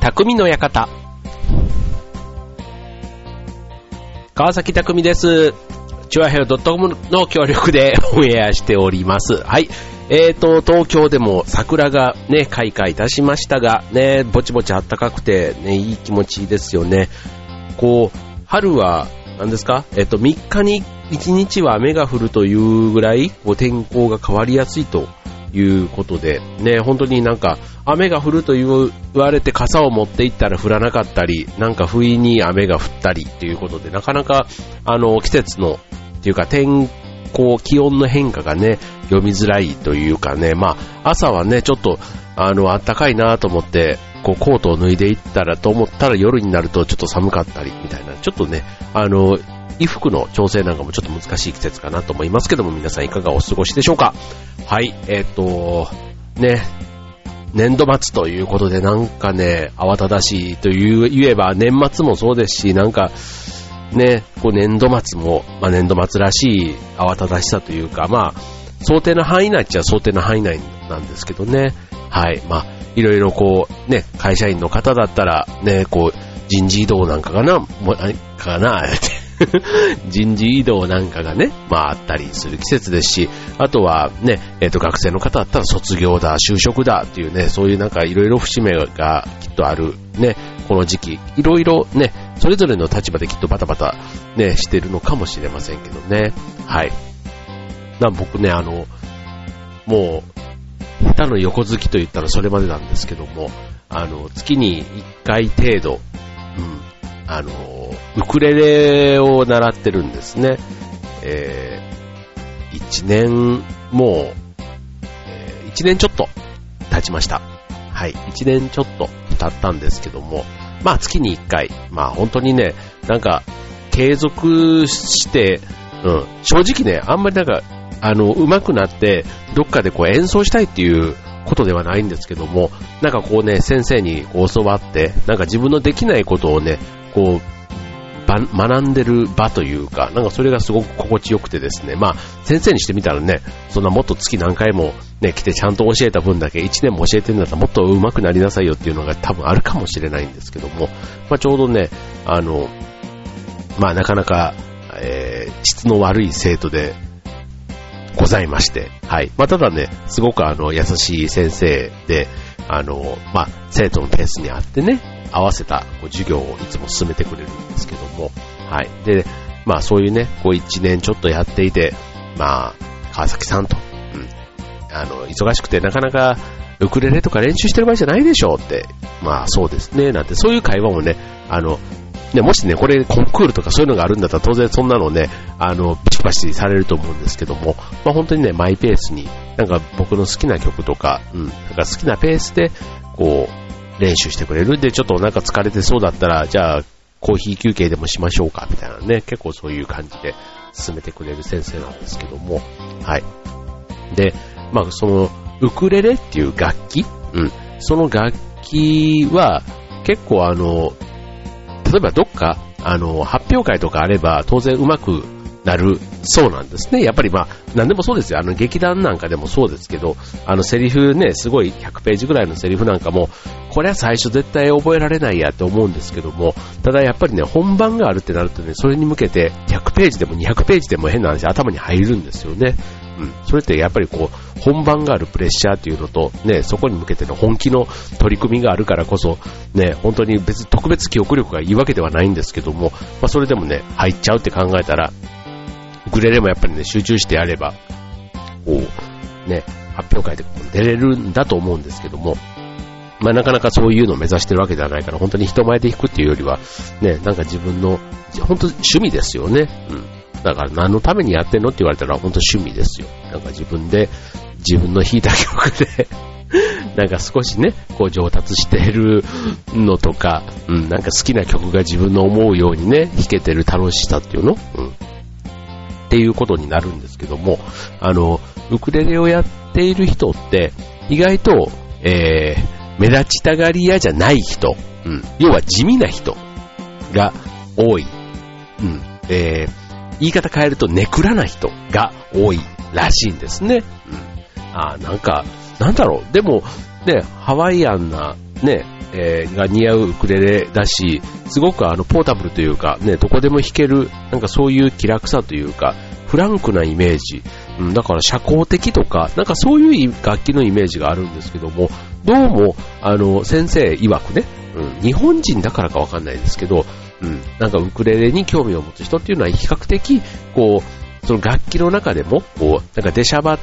匠の館。川崎匠です。チュアヘオ .com の協力でオンエアしております。はい。東京でも桜がね、開花いたしましたが、ね、ぼちぼち暖かくて、ね、いい気持ちいいですよね。こう、春は、何ですか?3日に1日は雨が降るというぐらい、こう、天候が変わりやすいということで、ね、本当になんか、雨が降ると言われて傘を持っていったら降らなかったり、なんか不意に雨が降ったりということで、なかなか、季節の、っていうか天候、気温の変化がね、読みづらいというかね、まあ、朝はね、ちょっと、暖かいなと思って、こう、コートを脱いでいったらと思ったら夜になるとちょっと寒かったり、みたいな、ちょっとね、衣服の調整なんかもちょっと難しい季節かなと思いますけども、皆さんいかがお過ごしでしょうか。はい、ね、年度末ということでなんかね、慌ただしいと言えば年末もそうですし、なんか、ね、こう年度末も、まあ、年度末らしい慌ただしさというか、まあ、想定の範囲内っちゃ想定の範囲内なんですけどね。はい。まあ、いろいろこう、ね、会社員の方だったら、ね、こう、人事異動なんか人事異動なんかがね、まああったりする季節ですし、あとはね、学生の方だったら卒業だ、就職だっていうね、そういうなんかいろいろ節目がきっとあるね、この時期、いろいろね、それぞれの立場できっとバタバタね、してるのかもしれませんけどね。はい。僕ね、もう、下手の横好きと言ったらそれまでなんですけども、月に1回程度、ウクレレを習ってるんですね。1年ちょっと経ちました。はい、1年ちょっと経ったんですけども、まあ月に1回、まあ本当にね、なんか継続して、正直ね、あんまりなんか上手くなってどっかでこう演奏したいっていうことではないんですけども、なんかこうね、先生にこう教わって、なんか自分のできないことをね、こう学んでる場というか、なんかそれがすごく心地よくてですね、まあ先生にしてみたらね、そんなもっと月何回もね来てちゃんと教えた分だけ1年も教えてるんだったらもっと上手くなりなさいよっていうのが多分あるかもしれないんですけども、まあちょうどね、まあなかなか、質の悪い生徒でございまして、はい。まあただね、すごく優しい先生で、まあ生徒のペースにあってね、合わせたこう授業をいつも進めてくれるんですけども、はい。で、まあそういうね、こう1年ちょっとやっていて、まあ、川崎さんと、忙しくてなかなかウクレレとか練習してる場合じゃないでしょうって、まあそうですね、なんてそういう会話もね、ね、もしね、これコンクールとかそういうのがあるんだったら当然そんなのね、ビシバシされると思うんですけども、まあ本当にね、マイペースに、なんか僕の好きな曲とか、なんか好きなペースで、こう、練習してくれる。で、ちょっとなんか疲れてそうだったら、じゃあ、コーヒー休憩でもしましょうか、みたいなね、結構そういう感じで進めてくれる先生なんですけども、はい。で、まあその、ウクレレっていう楽器、その楽器は、結構例えばどっか、発表会とかあれば当然上手くなるそうなんですね。やっぱりまあ、何でもそうですよ。劇団なんかでもそうですけど、セリフね、すごい100ページぐらいのセリフなんかも、これは最初絶対覚えられないやって思うんですけども、ただやっぱりね、本番があるってなるとね、それに向けて100ページでも200ページでも変な話、頭に入るんですよね。それってやっぱりこう、本番があるプレッシャーっていうのと、ね、そこに向けての本気の取り組みがあるからこそ、ね、本当に特別記憶力がいいわけではないんですけども、まあそれでもね、入っちゃうって考えたら、ウクレレもやっぱりね、集中してやれば、こう、ね、発表会で出れるんだと思うんですけども、まあなかなかそういうのを目指してるわけではないから、本当に人前で弾くっていうよりは、ね、なんか自分の、本当趣味ですよね。だから何のためにやってんのって言われたら本当趣味ですよ。なんか自分の弾いた曲でなんか少しね、こう上達しているのとか、なんか好きな曲が自分の思うようにね、弾けてる楽しさっていうの、っていうことになるんですけども、ウクレレをやっている人って意外と、目立ちたがり屋じゃない人、要は地味な人が多い。言い方変えるとネクラな人が多いらしいんですね。なんか、なんだろう。でも、ね、ハワイアンな、ね、 が似合うウクレレだし、すごくポータブルというか、ね、どこでも弾ける、なんかそういう気楽さというか、フランクなイメージ、だから社交的とか、なんかそういう楽器のイメージがあるんですけども、どうも、先生曰くね、日本人だからかわかんないですけど、なんかウクレレに興味を持つ人っていうのは比較的、こう、その楽器の中でも、こう、なんか出しゃばって、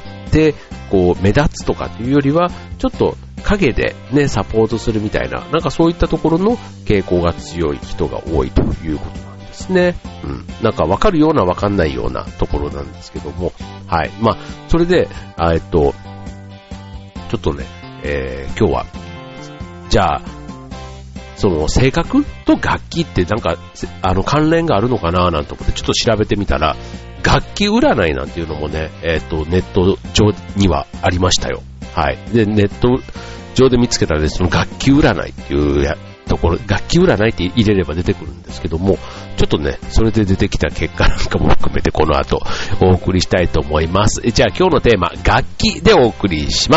こう、目立つとかっていうよりは、ちょっと影でね、サポートするみたいな、なんかそういったところの傾向が強い人が多いということなんですね。なんかわかるようなわかんないようなところなんですけども、はい。まあ、それで、ちょっとね、今日は、じゃあ、その性格と楽器ってなんか関連があるのかななんて思ってちょっと調べてみたら、楽器占いなんていうのもね、ネット上にはありましたよ。はい。で、ネット上で見つけたら、ね、その楽器占いっていうところ、楽器占いって入れれば出てくるんですけども、ちょっとね、それで出てきた結果なんかも含めてこの後お送りしたいと思います。じゃあ今日のテーマ、楽器でお送りします。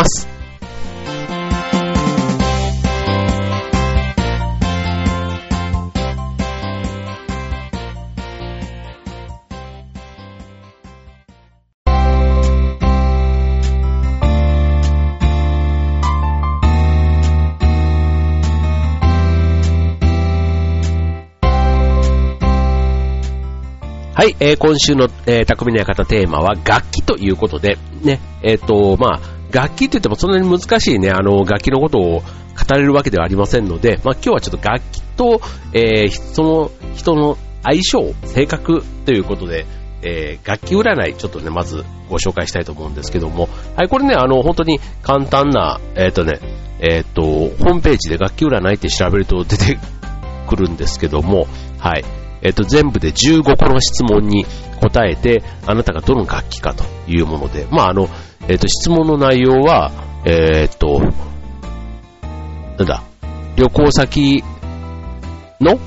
はい、今週の、匠の館テーマは楽器ということで、ね、まあ、楽器って言ってもそんなに難しいね、楽器のことを語れるわけではありませんので、まあ今日はちょっと楽器と、その人の相性、性格ということで、楽器占いちょっとね、まずご紹介したいと思うんですけども、はい、これね、本当に簡単な、ホームページで楽器占いって調べると出てくるんですけども、はい。全部で15個の質問に答えて、あなたがどの楽器かというもので、まあ、質問の内容は、なんだ、旅行先の、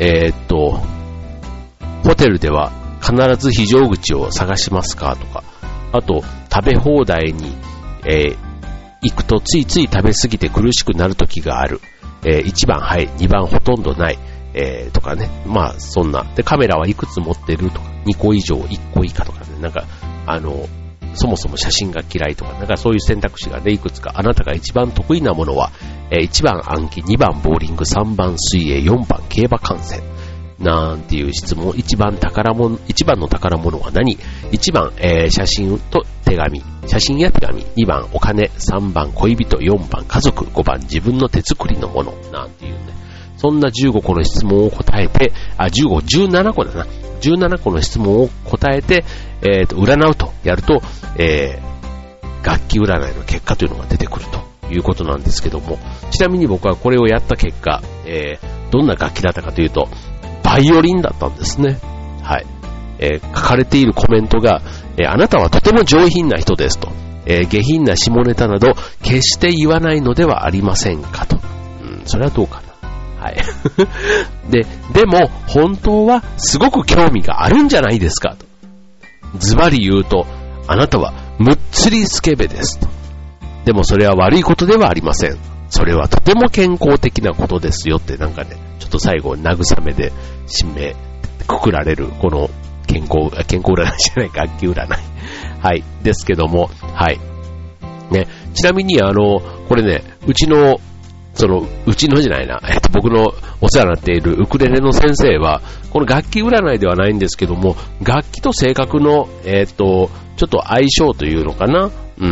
ホテルでは必ず非常口を探しますかとか、あと、食べ放題に、行くとついつい食べ過ぎて苦しくなる時がある。1番はい、2番ほとんどない。とかね。まあ、そんな。で、カメラはいくつ持ってるとか、2個以上、1個以下とかね。なんか、そもそも写真が嫌いとか、なんかそういう選択肢がね、いくつか。あなたが一番得意なものは、1番暗記、2番ボーリング、3番水泳、4番競馬観戦。なんていう質問。1番の宝物は何？ 1 番、写真と手紙。写真や手紙。2番お金。3番恋人。4番家族。5番自分の手作りのもの。なんていうね。そんな15個の質問を答えて、17個だな。17個の質問を答えて、占うとやると、楽器占いの結果というのが出てくるということなんですけども、ちなみに僕はこれをやった結果、どんな楽器だったかというと、バイオリンだったんですね。はい。書かれているコメントが、あなたはとても上品な人ですと、下品な下ネタなど決して言わないのではありませんかと。それはどうかな。はい。でも、本当はすごく興味があるんじゃないですかと。ズバリ言うと、あなたはむっつりスケベですと。でもそれは悪いことではありません。それはとても健康的なことですよってなんかね、ちょっと最後慰めでくくられる、この健康占いじゃない、楽器占い。はい。ですけども、はい。ね、ちなみにこれね、うちのじゃないな、僕のお世話になっているウクレレの先生は、この楽器占いではないんですけども、楽器と性格の、ちょっと相性というのかな、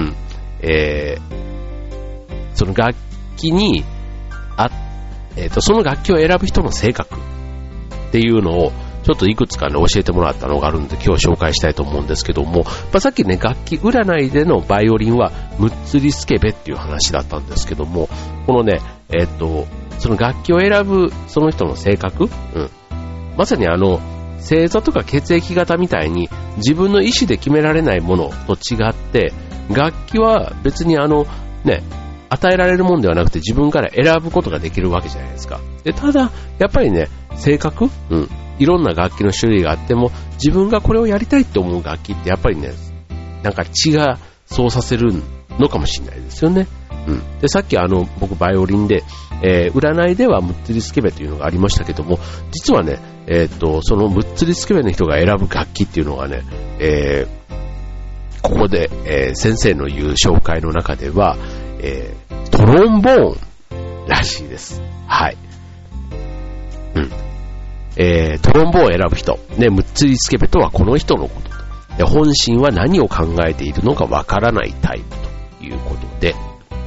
その楽器に、その楽器を選ぶ人の性格っていうのを、ちょっといくつかね、教えてもらったのがあるんで、今日紹介したいと思うんですけども、さっきね、楽器占いでのバイオリンは、むっつりスケベっていう話だったんですけども、このね、その楽器を選ぶその人の性格、まさに星座とか血液型みたいに自分の意思で決められないものと違って、楽器は別にね、与えられるもんではなくて自分から選ぶことができるわけじゃないですか。で、ただ、やっぱりね、性格、いろんな楽器の種類があっても、自分がこれをやりたいって思う楽器ってやっぱりね、なんか血がそうさせるのかもしれないですよね。 で、さっき僕バイオリンで、占いではムッツリスケベというのがありましたけども、実はね、そのムッツリスケベの人が選ぶ楽器っていうのがね、ここで、先生の言う紹介の中では、トロンボーンらしいです。はい。トロンボーンを選ぶ人、ね、ムッツリスケベとはこの人のことで、本心は何を考えているのかわからないタイプということで、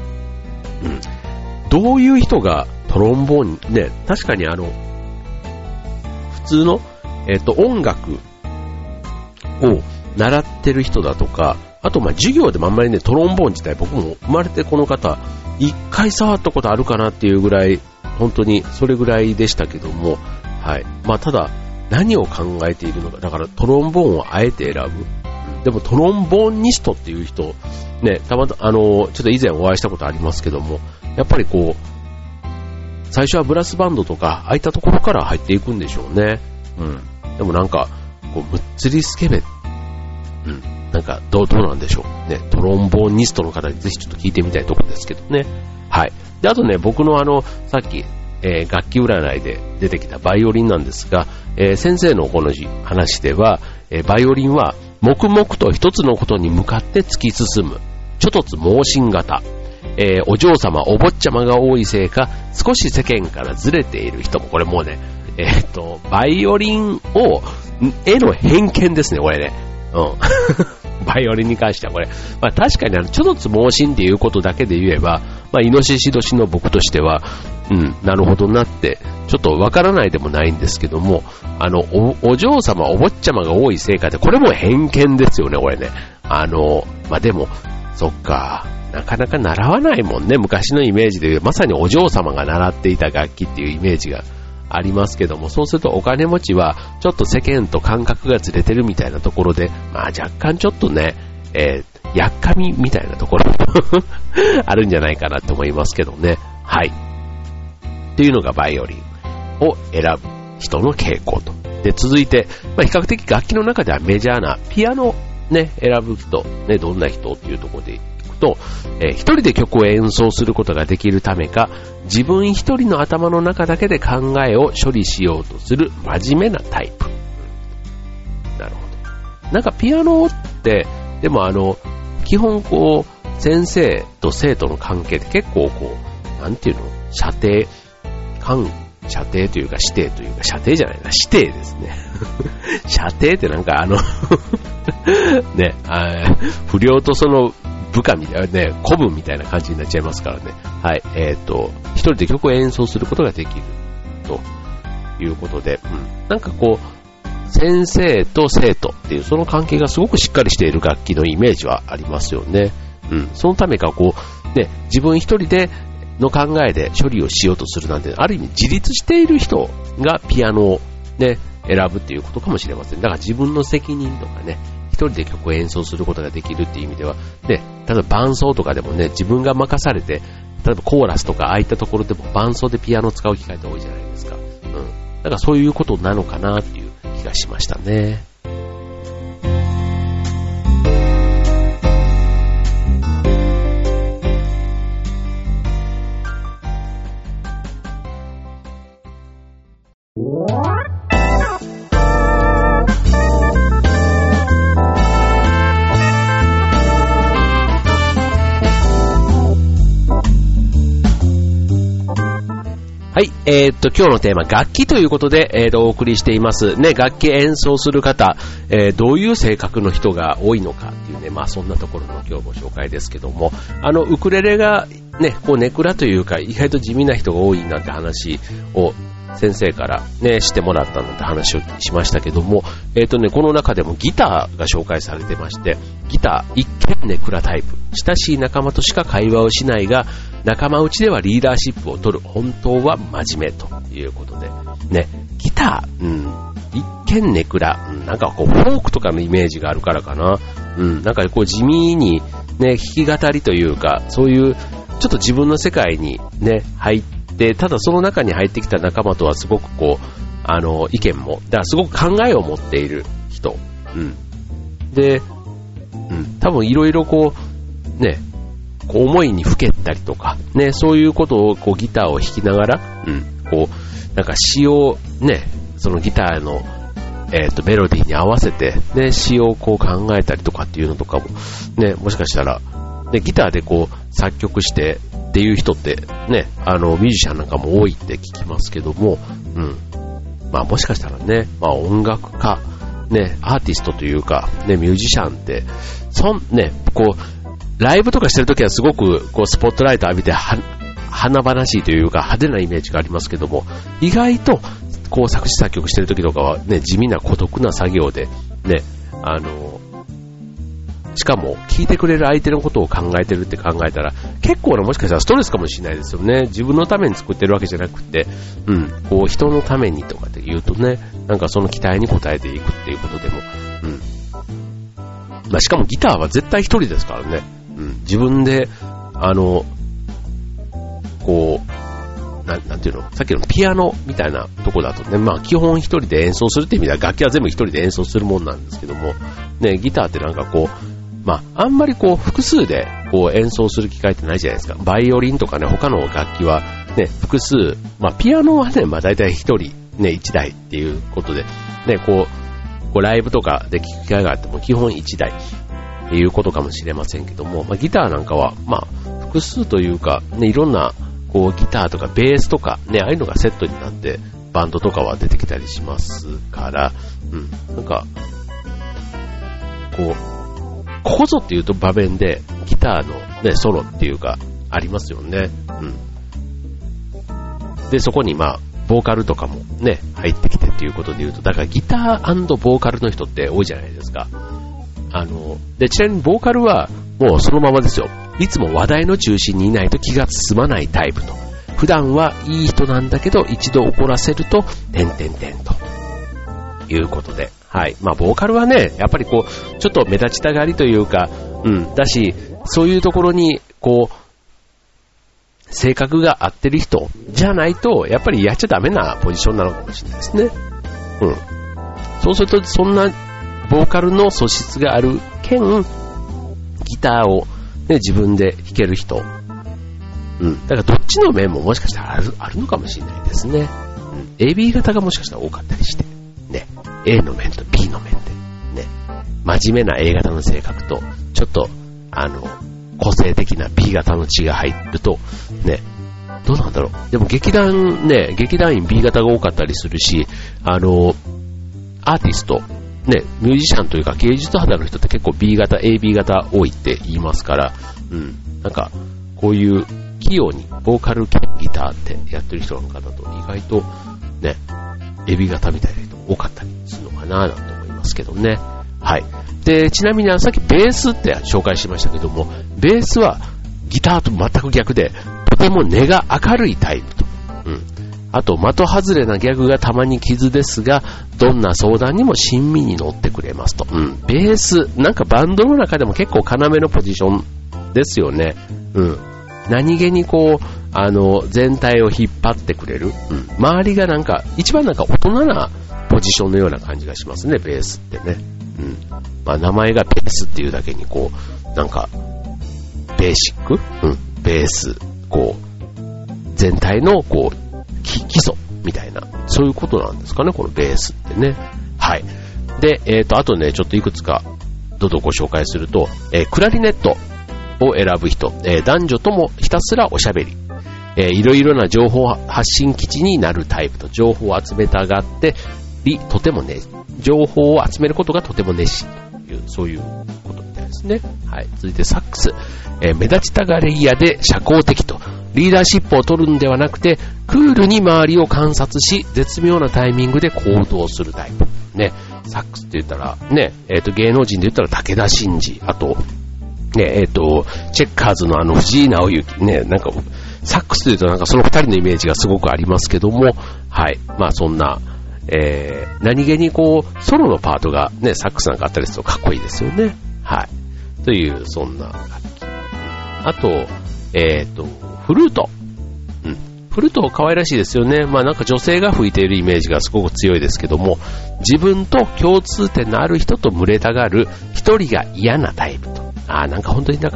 どういう人がトロンボーンね、確かに普通の、音楽を習ってる人だとか、あと授業でもあんまりね、トロンボーン自体僕も生まれてこの方一回触ったことあるかなっていうぐらい、本当にそれぐらいでしたけども、はい。ただ何を考えているのか、だからトロンボーンをあえて選ぶ。でもトロンボーニストっていう人ね、ちょっと以前お会いしたことありますけども、やっぱりこう最初はブラスバンドとかああいったところから入っていくんでしょうね。でもなんかこうムッツリスケベ、なんかどうなんでしょうね。トロンボーニストの方にぜひちょっと聞いてみたいところですけどね。はい。で、あとね、僕のさっき、楽器占いで出てきたバイオリンなんですが、先生のこの話では、バイオリンは黙々と一つのことに向かって突き進む、ちょとつ盲信型、お嬢様お坊ちゃまが多いせいか少し世間からずれている人も、これもうね、バイオリンへの偏見ですね、これね。バイオリンに関してはこれ、確かにちょとつ盲信っていうことだけで言えば、イノシシ年の僕としては、なるほどなってちょっとわからないでもないんですけども、お嬢様お坊ちゃまが多いせいかって、これも偏見ですよね、これね。でもそっか、なかなか習わないもんね、昔のイメージでまさにお嬢様が習っていた楽器っていうイメージがありますけども、そうするとお金持ちはちょっと世間と感覚がずれてるみたいなところで、若干ちょっとね、やっかみみたいなところあるんじゃないかなと思いますけどね。はい。っていうのがバイオリンを選ぶ人の傾向と。で、続いて、比較的楽器の中ではメジャーなピアノね、選ぶ人、ね、どんな人っていうところでいくと、一人で曲を演奏することができるためか、自分一人の頭の中だけで考えを処理しようとする真面目なタイプ。なるほど。なんかピアノって、でも基本こう、先生と生徒の関係って結構こう、なんていうの？射程というか指定というか、射程じゃないな、指定ですね。射程ってなんかね、不良とその部下みたいなね、古文みたいな感じになっちゃいますからね。はい。一人で曲を演奏することができるということで、なんかこう、先生と生徒っていうその関係がすごくしっかりしている楽器のイメージはありますよね。そのためかこう、ね、自分一人での考えで処理をしようとするなんて、ある意味自立している人がピアノをね、選ぶっていうことかもしれません。だから自分の責任とかね、一人で曲を演奏することができるっていう意味では、ね、例えば伴奏とかでもね、自分が任されて、例えばコーラスとかああいったところでも伴奏でピアノを使う機会って多いじゃないですか。だからそういうことなのかなっていう気がしましたね。はい、今日のテーマ、楽器ということで、お送りしています。ね、楽器演奏する方、どういう性格の人が多いのかっていうね、そんなところの今日ご紹介ですけども、ウクレレがね、こうネクラというか、意外と地味な人が多いなんて話を先生からね、してもらったなんて話をしましたけども、この中でもギターが紹介されてまして、ギター一見ネクラタイプ、親しい仲間としか会話をしないが、仲間内ではリーダーシップを取る、本当は真面目ということでね、ギター、一見ネクラ、なんかこうフォークとかのイメージがあるからかな、なんかこう地味にね、弾き語りというか、そういうちょっと自分の世界にね入って、ただその中に入ってきた仲間とはすごくこう意見も、だからすごく考えを持っている人、で、多分いろいろこうね、 こう思いにふけったりとか、ね、そういうことをこうギターを弾きながら、こう、なんか詩をね、そのギターの、メロディーに合わせて、ね、詩をこう考えたりとかっていうのとかも、ね、もしかしたら、ね、ギターでこう作曲してっていう人ってね、ミュージシャンなんかも多いって聞きますけども、まあもしかしたらね、まあ音楽家、ね、アーティストというか、ね、ミュージシャンって、ね、こう、ライブとかしてるときはすごくこうスポットライト浴びて華々しいというか派手なイメージがありますけども、意外とこう作詞作曲してるときとかはね、地味な孤独な作業で、ね、しかも聴いてくれる相手のことを考えてるって考えたら結構なもしかしたらストレスかもしれないですよね。自分のために作ってるわけじゃなくて、こう人のためにとかって言うとね、なんかその期待に応えていくっていうことでも、まあ、しかもギターは絶対一人ですからね、自分でこうなんていうの、さっきのピアノみたいなとこだとね、まあ基本一人で演奏するって意味では楽器は全部一人で演奏するもんなんですけども、ね、ギターってなんかこう、まあ、あんまりこう複数でこう演奏する機会ってないじゃないですか。バイオリンとかね、他の楽器はね、複数、まあ、ピアノはね、まあ、大体一人ね、一台っていうことで、ね、こうライブとかで聴く機会があっても基本一台っていうことかもしれませんけども、まあ、ギターなんかは、まあ、複数というか、ね、いろんなこうギターとかベースとかね、ああいうのがセットになってバンドとかは出てきたりしますから、なんかこうここぞっていうと場面でギターの、ね、ソロっていうかありますよね。でそこにまあボーカルとかもね入ってきてっていうことで言うと、だからギター&ボーカルの人って多いじゃないですか。でちなみにボーカルはもうそのままですよ。いつも話題の中心にいないと気が進まないタイプと。普段はいい人なんだけど一度怒らせるとということで、はい。まあボーカルはね、やっぱりこうちょっと目立ちたがりというか、だしそういうところにこう性格が合ってる人じゃないとやっぱりやっちゃダメなポジションなのかもしれないですね。そうするとそんなボーカルの素質がある兼ギターを、ね、自分で弾ける人、だからどっちの面ももしかしたらあるのかもしれないですね。AB 型がもしかしたら多かったりして、ね、A の面と B の面で、ね、真面目な A 型の性格とちょっと個性的な B 型の血が入るとね、どうなんだろう。でも劇団員 B 型が多かったりするし、アーティストね、ミュージシャンというか芸術肌の人って結構 B 型、AB 型多いって言いますから、なんかこういう器用にボーカル兼ギターってやってる人の方と意外とね、AB 型みたいな人多かったりするのかななんて思いますけどね。はい。で、ちなみにさっきベースって紹介しましたけども、ベースはギターと全く逆で、とても根が明るいタイプと。あと、的外れなギャグがたまに傷ですが、どんな相談にも親身に乗ってくれますと。ベース、なんかバンドの中でも結構要のポジションですよね。何気にこう、全体を引っ張ってくれる。周りがなんか、一番なんか大人なポジションのような感じがしますね、ベースってね。まあ、名前がベースっていうだけにこう、なんか、ベーシック、ベース、こう、全体のこう、基礎みたいな、そういうことなんですかね、このベースってね。はい。で、あとね、ちょっといくつかどんどんご紹介すると、クラリネットを選ぶ人、男女ともひたすらおしゃべり、いろいろな情報発信基地になるタイプと、情報を集めたがってとてもね、情報を集めることがとても熱心という、そういうことみたいですね。はい。続いてサックス、目立ちたがり屋で社交的と、リーダーシップを取るんではなくて、クールに周りを観察し、絶妙なタイミングで行動するタイプ。ね、サックスって言ったら、ね、芸能人で言ったら武田真治、あと、ね、チェッカーズの藤井直之、ね、なんか、サックスというとなんかその二人のイメージがすごくありますけども、はい。まあそんな、何気にこう、ソロのパートがね、サックスなんかあったりするとかっこいいですよね。はい。という、そんな楽器。あと、フルート。フルート可愛らしいですよね。まあなんか女性が吹いているイメージがすごく強いですけども、自分と共通点のある人と群れたがる一人が嫌なタイプと。なんか本当になんか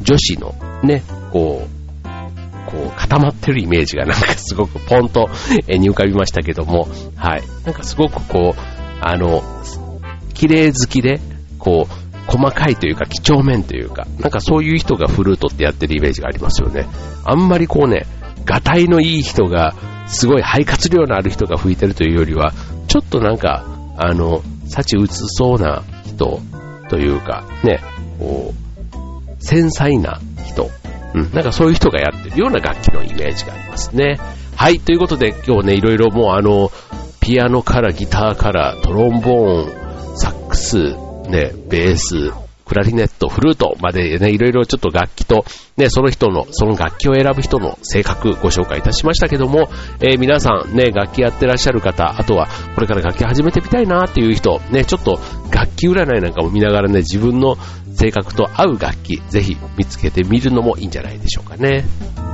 女子のね、こう固まってるイメージがなんかすごくポンとに浮かびましたけども、はい。なんかすごくこう、綺麗好きで、こう、細かいというか、几帳面というか、なんかそういう人がフルートってやってるイメージがありますよね。あんまりこうね、がたいのいい人が、すごい肺活量のある人が吹いてるというよりは、ちょっとなんか、幸うつそうな人というか、ね、こう、繊細な人、なんかそういう人がやってるような楽器のイメージがありますね。はい、ということで今日ね、いろいろもうピアノからギターからトロンボーン、サックス、ね、ベース、クラリネット、フルートまでね、いろいろちょっと楽器と、ね、その楽器を選ぶ人の性格ご紹介いたしましたけども、皆さんね、楽器やってらっしゃる方、あとはこれから楽器始めてみたいなっていう人、ね、ちょっと楽器占いなんかも見ながらね、自分の性格と合う楽器、ぜひ見つけてみるのもいいんじゃないでしょうかね。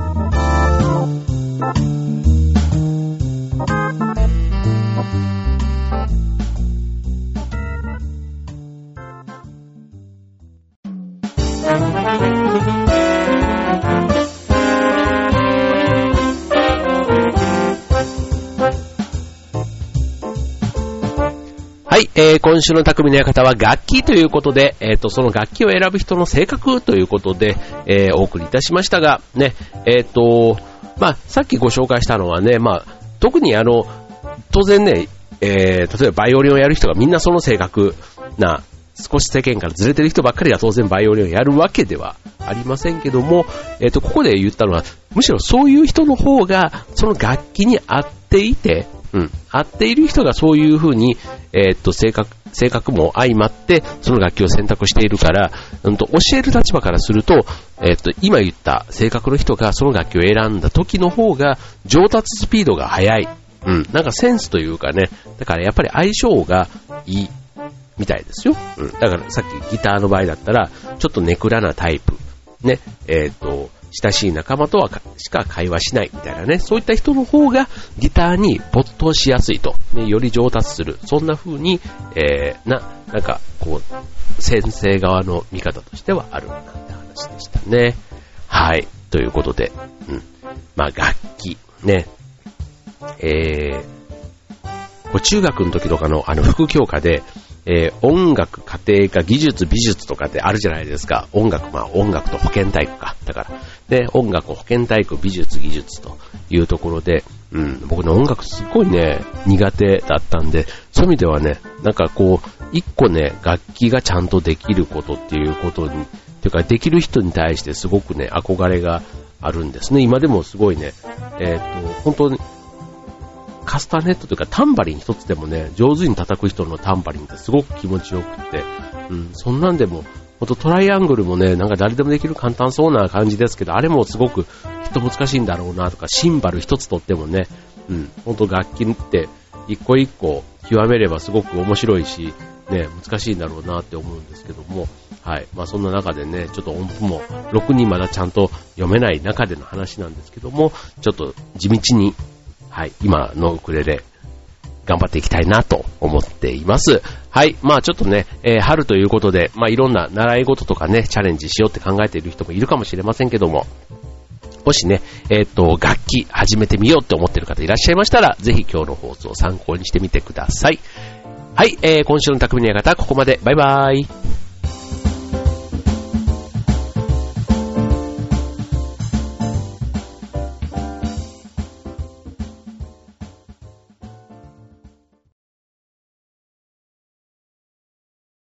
はい、今週の匠の館は楽器ということで、その楽器を選ぶ人の性格ということで、お送りいたしましたが、ね、さっきご紹介したのはね、特に当然ね、例えばバイオリンをやる人がみんなその性格な、少し世間からずれてる人ばっかりが当然バイオリンをやるわけではありませんけども、ここで言ったのは、むしろそういう人の方が、その楽器に合っていて、合っている人がそういう風に、性格も相まって、その楽器を選択しているから、教える立場からすると、今言った性格の人がその楽器を選んだ時の方が、上達スピードが速い。なんかセンスというかね、だからやっぱり相性がいいみたいですよ。だからさっきギターの場合だったら、ちょっとネクラなタイプ。ね、親しい仲間とはしか会話しないみたいなね、そういった人の方がギターに没頭しやすいと、ね、より上達する、そんな風に、なんかこう先生側の見方としてはあるなんて話でしたね。はい、ということで、楽器ね、中学の時とかの副教科で、音楽、家庭科、技術、美術とかってあるじゃないですか。音楽と保健体育か。だから、ね、音楽、保健体育、美術、技術というところで、僕ね、音楽すごいね、苦手だったんで、そういう意味ではね、なんかこう、一個ね、楽器がちゃんとできることっていうことに、っていうか、できる人に対してすごくね、憧れがあるんですね。今でもすごいね、本当に、カスタネットというかタンバリン一つでもね、上手に叩く人のタンバリンってすごく気持ちよくって、そんなんでも、ほんとトライアングルもね、なんか誰でもできる簡単そうな感じですけど、あれもすごくきっと難しいんだろうなとか、シンバル一つとってもね、ほんと楽器って一個一個極めればすごく面白いし、ね、難しいんだろうなって思うんですけども、はい。そんな中でね、ちょっと音符もろくにまだちゃんと読めない中での話なんですけども、ちょっと地道に、はい、今のウクレレ頑張っていきたいなと思っています。はい、ちょっとね、春ということで、いろんな習い事とかね、チャレンジしようって考えている人もいるかもしれませんけども、もしね、楽器始めてみようって思っている方いらっしゃいましたら、ぜひ今日の放送を参考にしてみてください。はい、今週の匠の館、ここまで。バイバーイ。